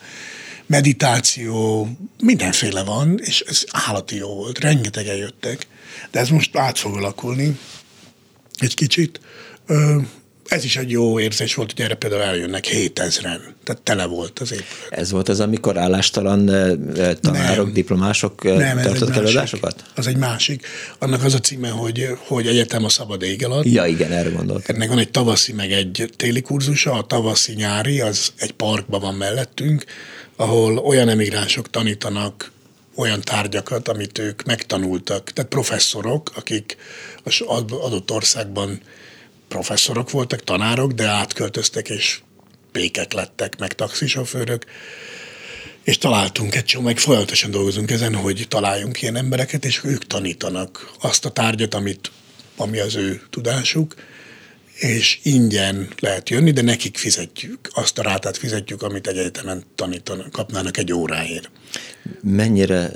Meditáció, mindenféle van, és ez állati jó volt, rengetegen jöttek, de ez most át fog alakulni egy kicsit. Ez is egy jó érzés volt, hogy erre például eljönnek 7000-en, tehát tele volt az épület. Ez volt az, amikor állástalan tanárok, diplomások tartottak előadásokat? Az egy másik. Annak az a címe, hogy Egyetem a szabad ég alatt. Ja, igen, erre gondoltam. Ennek van egy tavaszi, meg egy téli kurzusa. A tavaszi-nyári, az egy parkban van mellettünk, ahol olyan emigránsok tanítanak olyan tárgyakat, amit ők megtanultak. Tehát professzorok, akik az adott országban professzorok voltak, tanárok, de átköltöztek, és pékek lettek, meg taxisofőrök, és találtunk egy csomó, meg folyamatosan dolgozunk ezen, hogy találjunk ilyen embereket, és ők tanítanak azt a tárgyat, ami az ő tudásuk, és ingyen lehet jönni, de nekik fizetjük, azt a rátát fizetjük, amit egy egyetemen kapnának egy óráért. Mennyire,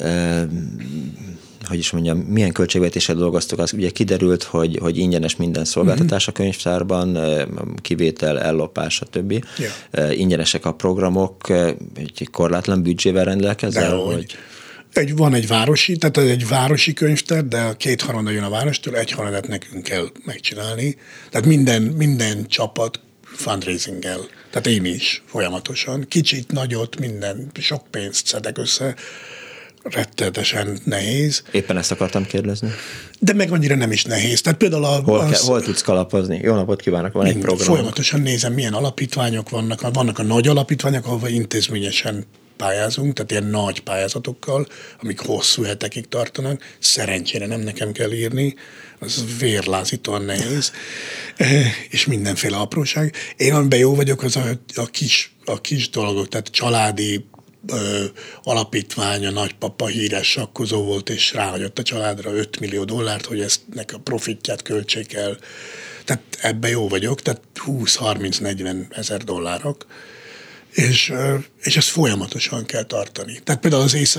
hogy is mondjam, milyen költségvetéssel dolgoztok? Az ugye kiderült, hogy ingyenes minden szolgáltatás a könyvtárban, kivétel, ellopás, stb. Yeah. Ingyenesek a programok, egy korlátlan büdzsével rendelkezel? Van egy városi, tehát ez egy városi könyvtár, de a 2/3 jön a várostól, 1/3 nekünk kell megcsinálni. Tehát minden csapat fundraising-el. Tehát én is folyamatosan. Kicsit, nagyot, sok pénzt szedek össze. Rettenetesen nehéz. Éppen ezt akartam kérdezni. De meg annyira nem is nehéz. Tehát például hol tudsz kalapozni? Jó napot kívánok, van egy program. Folyamatosan nézem, milyen alapítványok vannak. Vannak a nagy alapítványok, ahol intézményesen pályázunk, tehát ilyen nagy pályázatokkal, amik hosszú hetekig tartanak. Szerencsére nem nekem kell írni, az vérlázítóan nehéz, és mindenféle apróság. Én amiben jó vagyok, az a kis dolgok, tehát családi alapítvány, a nagypapa híres sakkozó volt, és ráhagyott a családra $5 millió, hogy eznek a profitját költsék el. Tehát ebben jó vagyok, tehát 20-30-40 ezer dollárok, és ezt folyamatosan kell tartani. Tehát például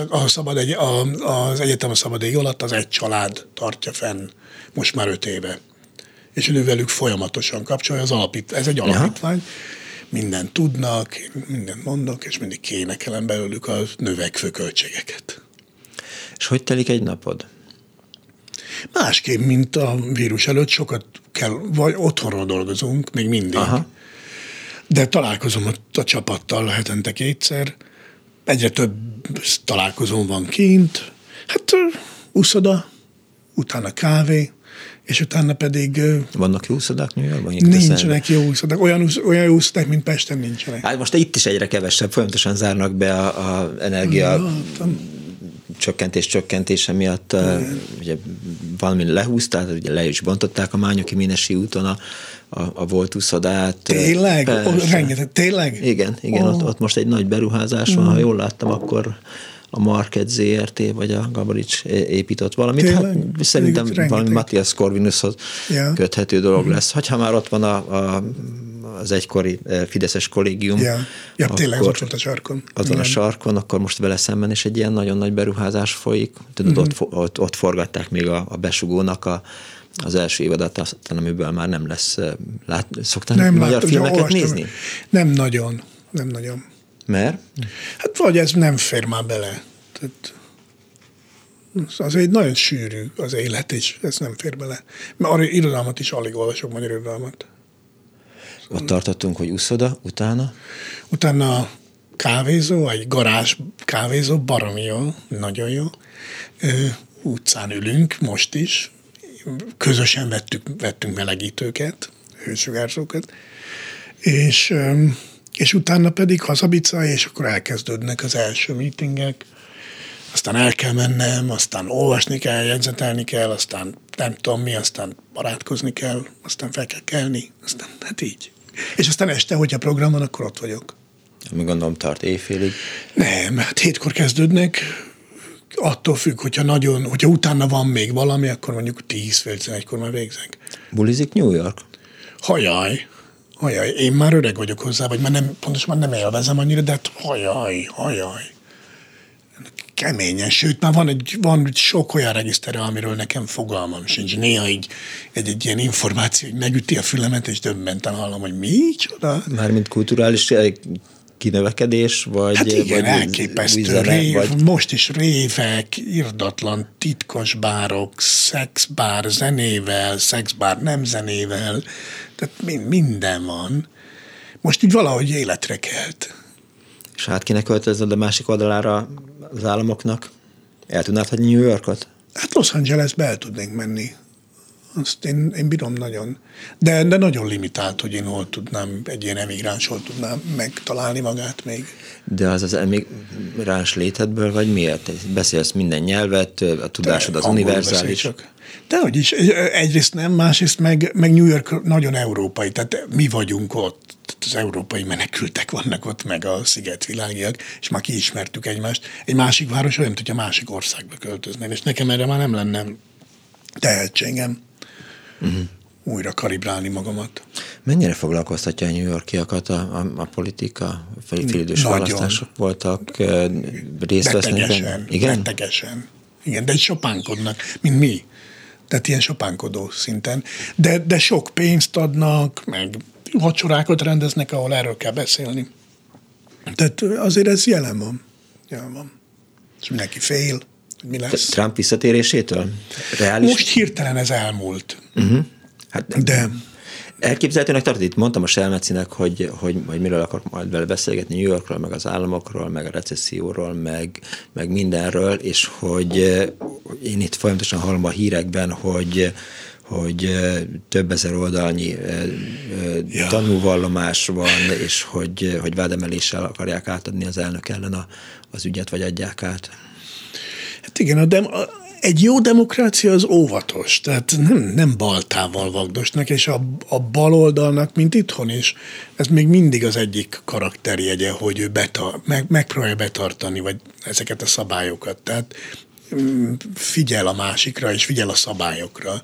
az egyetem a szabad ég alatt az egy család tartja fenn most már 5 éve. És velük folyamatosan kapcsolja, ez egy alapítvány, mindent tudnak, mindent mondok, és mindig kénekelem belőlük a növekvő költségeket. És hogy telik egy napod? Másképp, mint a vírus előtt, sokat kell, vagy otthonról dolgozunk, még mindig. Aha. De találkozom a csapattal hetente 2-szer, egyre több találkozón van kint, hát úszoda, utána kávé, és utána pedig... Vannak jó úszodák New Yorkban? Nincsenek jó úszodák. Olyan jó úszodák, mint Pesten nincsenek. Hát most itt is egyre kevesebb, folyamatosan zárnak be a energia csökkentése miatt. Ugye valami lehúzták, ugye le is bontották a Mányoki Ménesi úton a volt úszodát. Tényleg? Rengeteg, tényleg? Igen, ott most egy nagy beruházás van, ha jól láttam, akkor a Market ZRT vagy a Gaborics épított valamit. Tényleg? Hát szerintem valami Matthias Corvinushoz köthető dolog lesz. Ha már ott van az egykori fideszes kollégium. Ja, tényleg ott volt a sarkon. Azon a sarkon, akkor most vele szemben is egy ilyen nagyon nagy beruházás folyik. Tudod, ott forgatták még a besugónak az első évadat, aztán amiből már nem lesz. Szoktál magyar filmeket nézni? Nem nagyon. Mert? Hát vagy ez nem fér már bele. Tehát azért nagyon sűrű az élet, és ez nem fér bele. Mert irodalmat is alig olvasok, magyar irodalmat. Ott tartottunk, hogy úszoda, utána? Utána kávézó, egy garázs kávézó, baromi jó, nagyon jó. Utcán ülünk, most is. Közösen vettünk melegítőket, hősugárzókat, és utána pedig hazabicaj, és akkor elkezdődnek az első meetingek, aztán el kell mennem, aztán olvasni kell, jegyzetelni kell, aztán nem tudom mi, aztán barátkozni kell, aztán fel kell kelni, aztán hát így. És aztán este, hogyha program van, akkor ott vagyok. Mi gondolom tart éjfélig. Nem, hát 7-kor kezdődnek, attól függ, hogyha utána van még valami, akkor mondjuk 10-11-kor már végzek. Bulizik New York? Hajaj. Én már öreg vagyok hozzá, vagy pontosan már nem élvezem annyira, de hát hajaj. Keményen, sőt, már van sok olyan regisztere, amiről nekem fogalmam sincs. Néha egy ilyen információ, hogy megüti a fülemet, és döbbenten hallom, hogy micsoda. Mármint kulturális kinövekedés, vagy... Hát igen, vagy elképesztő. Most is révek, irdatlan, titkos bárok, szexbár zenével, szexbár nem zenével, tehát minden van. Most így valahogy életre kelt. És hát kéne költöznöd a másik oldalára az államoknak? El tudnád hagyni New Yorkot? Hát Los Angelesbe el tudnénk menni. Azt én bírom nagyon. De nagyon limitált, hogy én hol tudnám, egy ilyen emigráns hol tudnám megtalálni magát még. De az emigráns létedből, vagy miért? Beszélsz minden nyelvet, a tudásod az univerzális. Dehogy is. Egyrészt nem, másrészt meg New York nagyon európai, tehát mi vagyunk ott. Az európai menekültek vannak ott, meg a szigetvilágiak, és már kiismertük egymást. Egy másik város olyan, hogy a másik országba költöznél, és nekem erre már nem lenne tehetségem újra kalibrálni magamat. Mennyire foglalkoztatja a New Yorkiakat a politika? Félidős választások voltak, részt vesznek? Betegesen. Igen, de sopánkodnak, mint mi. Tehát ilyen sopánkodó szinten. De sok pénzt adnak, meg vacsorákat rendeznek, ahol erről kell beszélni. Tehát azért ez jelen van. És mindenki fél, hogy mi lesz. Trump visszatérésétől? Reális? Most hirtelen ez elmúlt. Hát, de elképzelhetőnek tartod, itt mondtam a Selmecinek, hogy miről akarok majd vele beszélgetni, New Yorkról, meg az államokról, meg a recesszióról, meg mindenről, és hogy én itt folyamatosan hallom a hírekben, hogy több ezer oldalnyi tanúvallomás van, és hogy vádemeléssel akarják átadni az elnök ellen az ügyet, vagy adják át. Hát igen, egy jó demokrácia az óvatos, tehát nem baltával vagdosnak, és a baloldalnak, mint itthon is, ez még mindig az egyik karakterjegye, hogy ő megpróbálja betartani, vagy ezeket a szabályokat. Tehát figyel a másikra, és figyel a szabályokra.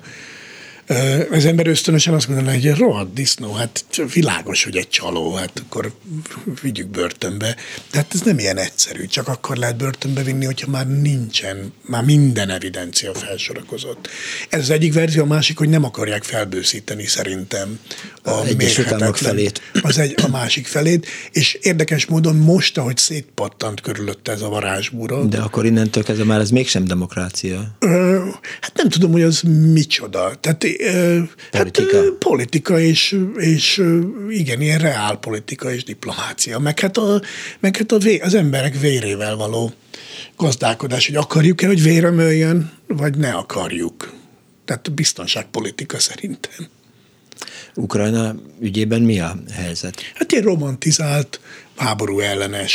Az ember ösztönösen azt mondaná, hogy egy rohadt disznó, hát világos, hogy egy csaló, hát akkor vigyük börtönbe. De hát ez nem ilyen egyszerű, csak akkor lehet börtönbe vinni, hogyha már nincsen, már minden evidencia felsorakozott. Ez az egyik verzió, a másik, hogy nem akarják felbőszíteni szerintem a mérhetetlen felét. A másik felét, és érdekes módon most, ahogy szétpattant körülötte ez a varázsbúra. De akkor innentől kezdve már ez mégsem demokrácia. Hát nem tudom, hogy az micsoda. Tehát politika és igen, ilyen reálpolitika és diplomácia, meg hát az emberek vérével való gazdálkodás, hogy akarjuk-e, hogy vére ömöljön, vagy ne akarjuk. Tehát biztonságpolitika szerintem. Ukrajna ügyében mi a helyzet? Hát ilyen romantizált, háború ellenes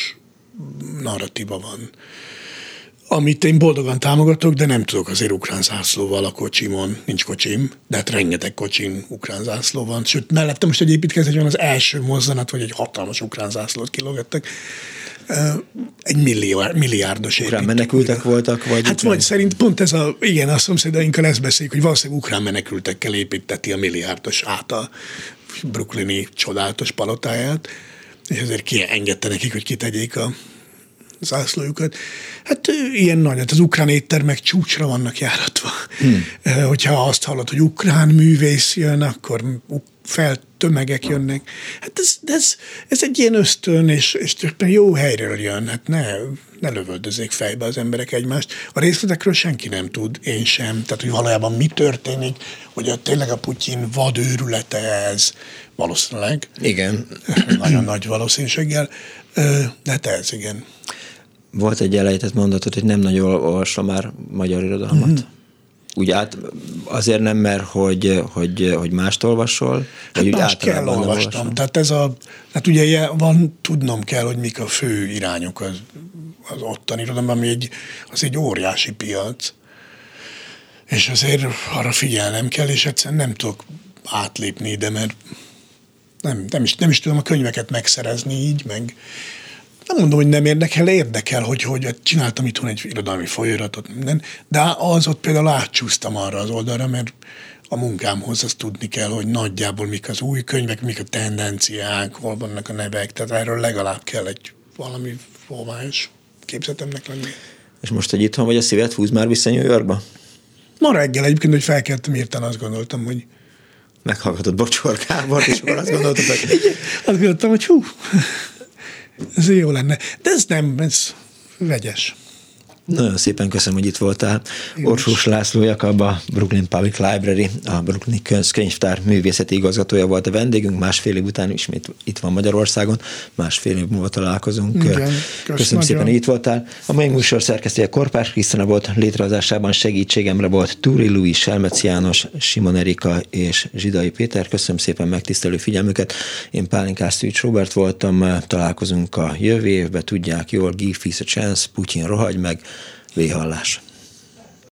narratíva van, amit én boldogan támogatok, de nem tudok azért ukrán zászlóval a kocsimon, nincs kocsim, de hát rengeteg kocsin ukrán zászló van, sőt, mellettem most egy építkezésben az első mozzanat, vagy egy hatalmas ukrán zászlót kilógettek, egy milliárdos ukrán menekültek voltak? Vagy szerint pont ez a szomszédainkkal ezt beszéljük, hogy valószínűleg ukrán menekültekkel építeti a milliárdos át a brooklyni csodálatos palotáját, és ezért kiengedte nekik, hogy kitegyék a zászlójukat. Hát ilyen nagy, hát az ukrán éttermek csúcsra vannak járatva. Hogyha azt hallod, hogy ukrán művész jön, akkor tömegek jönnek. Hát ez egy ilyen ösztön, és jó helyről jön. Hát ne lövöldözzék fejbe az emberek egymást. A részletekről senki nem tud, én sem. Tehát, hogy valójában mi történik, hogy tényleg a Putyin vadőrülete ez, valószínűleg. Igen. Nagyon nagy valószínűséggel. De hát ez, igen. Volt egy elejtett mondatot, hogy nem nagyon olvasva már magyar irodalmat. Úgy azért nem, mert hogy mást olvasol? Hát mást kell olvasnom. Tehát ugye tudnom kell, hogy mik a fő irányok az ottani irodalomban, ami az egy óriási piac. És azért arra figyelnem kell, és egyszerűen nem tudok átlépni ide, mert nem is tudom a könyveket megszerezni így, meg nem mondom, hogy nem érdekel, hogy csináltam itthon egy irodalmi folyóiratot, minden, de az ott például átcsúsztam arra az oldalra, mert a munkámhoz azt tudni kell, hogy nagyjából mik az új könyvek, mik a tendenciák, hol vannak a nevek, tehát erről legalább kell egy valami formális képzetemnek lenni. És most, hogy itthon vagy, a szíved húz már vissza New Yorkba? Ma reggel egyébként, hogy felkeltem, hirtelen azt gondoltam, hogy meghallgatod Bocsor Gábort, és akkor azt gondoltad, hogy azt gondoltam, hogy ez jó lenne. De ez vegyes. Nagyon szépen köszönöm, hogy itt voltál. Orsos László Jakab, a Brooklyn Public Library, a Brooklyni Könyvtár művészeti igazgatója volt a vendégünk. Másfél év után ismét itt van Magyarországon. Másfél év múlva találkozunk. Igen, köszönöm szépen, hogy itt voltál. A mai műsor szerkesztője Korpás Krisztina volt, létrehozásában segítségemre volt Túri Louis, Selmec János, Simon Erika és Zsidai Péter. Köszönöm szépen megtisztelő figyelmüket. Én Pálinkás Szűcs Róbert voltam. Találkozunk a jövő évben. Tudják jól, give peace a chance, Putyin rohagy meg. Véhallás.